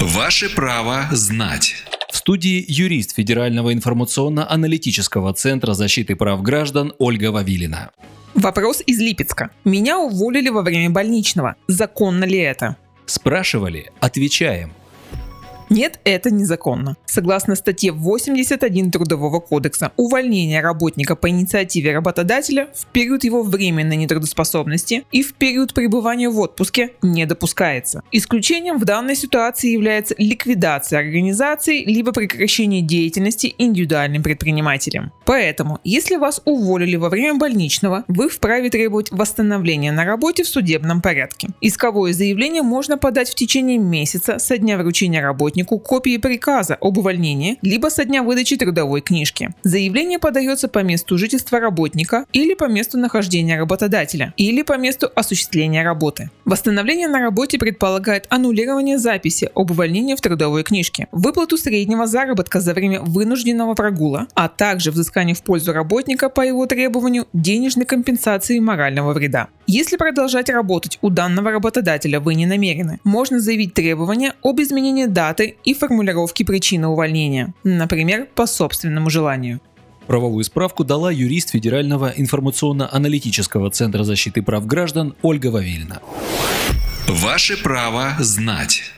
Ваше право знать. В студии юрист Федерального информационно-аналитического центра защиты прав граждан Ольга Вавилина. Вопрос из Липецка. Меня уволили во время больничного. Законно ли это? Спрашивали, отвечаем. Нет, это незаконно. Согласно статье 81 Трудового кодекса, увольнение работника по инициативе работодателя в период его временной нетрудоспособности и в период пребывания в отпуске не допускается. Исключением в данной ситуации является ликвидация организации либо прекращение деятельности индивидуальным предпринимателем. Поэтому, если вас уволили во время больничного, вы вправе требовать восстановления на работе в судебном порядке. Исковое заявление можно подать в течение месяца со дня вручения работнику копии приказа об увольнении, либо со дня выдачи трудовой книжки. Заявление подается по месту жительства работника или по месту нахождения работодателя, или по месту осуществления работы. Восстановление на работе предполагает аннулирование записи об увольнении в трудовой книжке, выплату среднего заработка за время вынужденного прогула, а также взыскание в пользу работника по его требованию денежной компенсации морального вреда. Если продолжать работать у данного работодателя вы не намерены, можно заявить требования об изменении даты и формулировки причины увольнения, например, по собственному желанию. Правовую справку дала юрист Федерального информационно-аналитического центра защиты прав граждан Ольга Вавилина. Ваше право знать.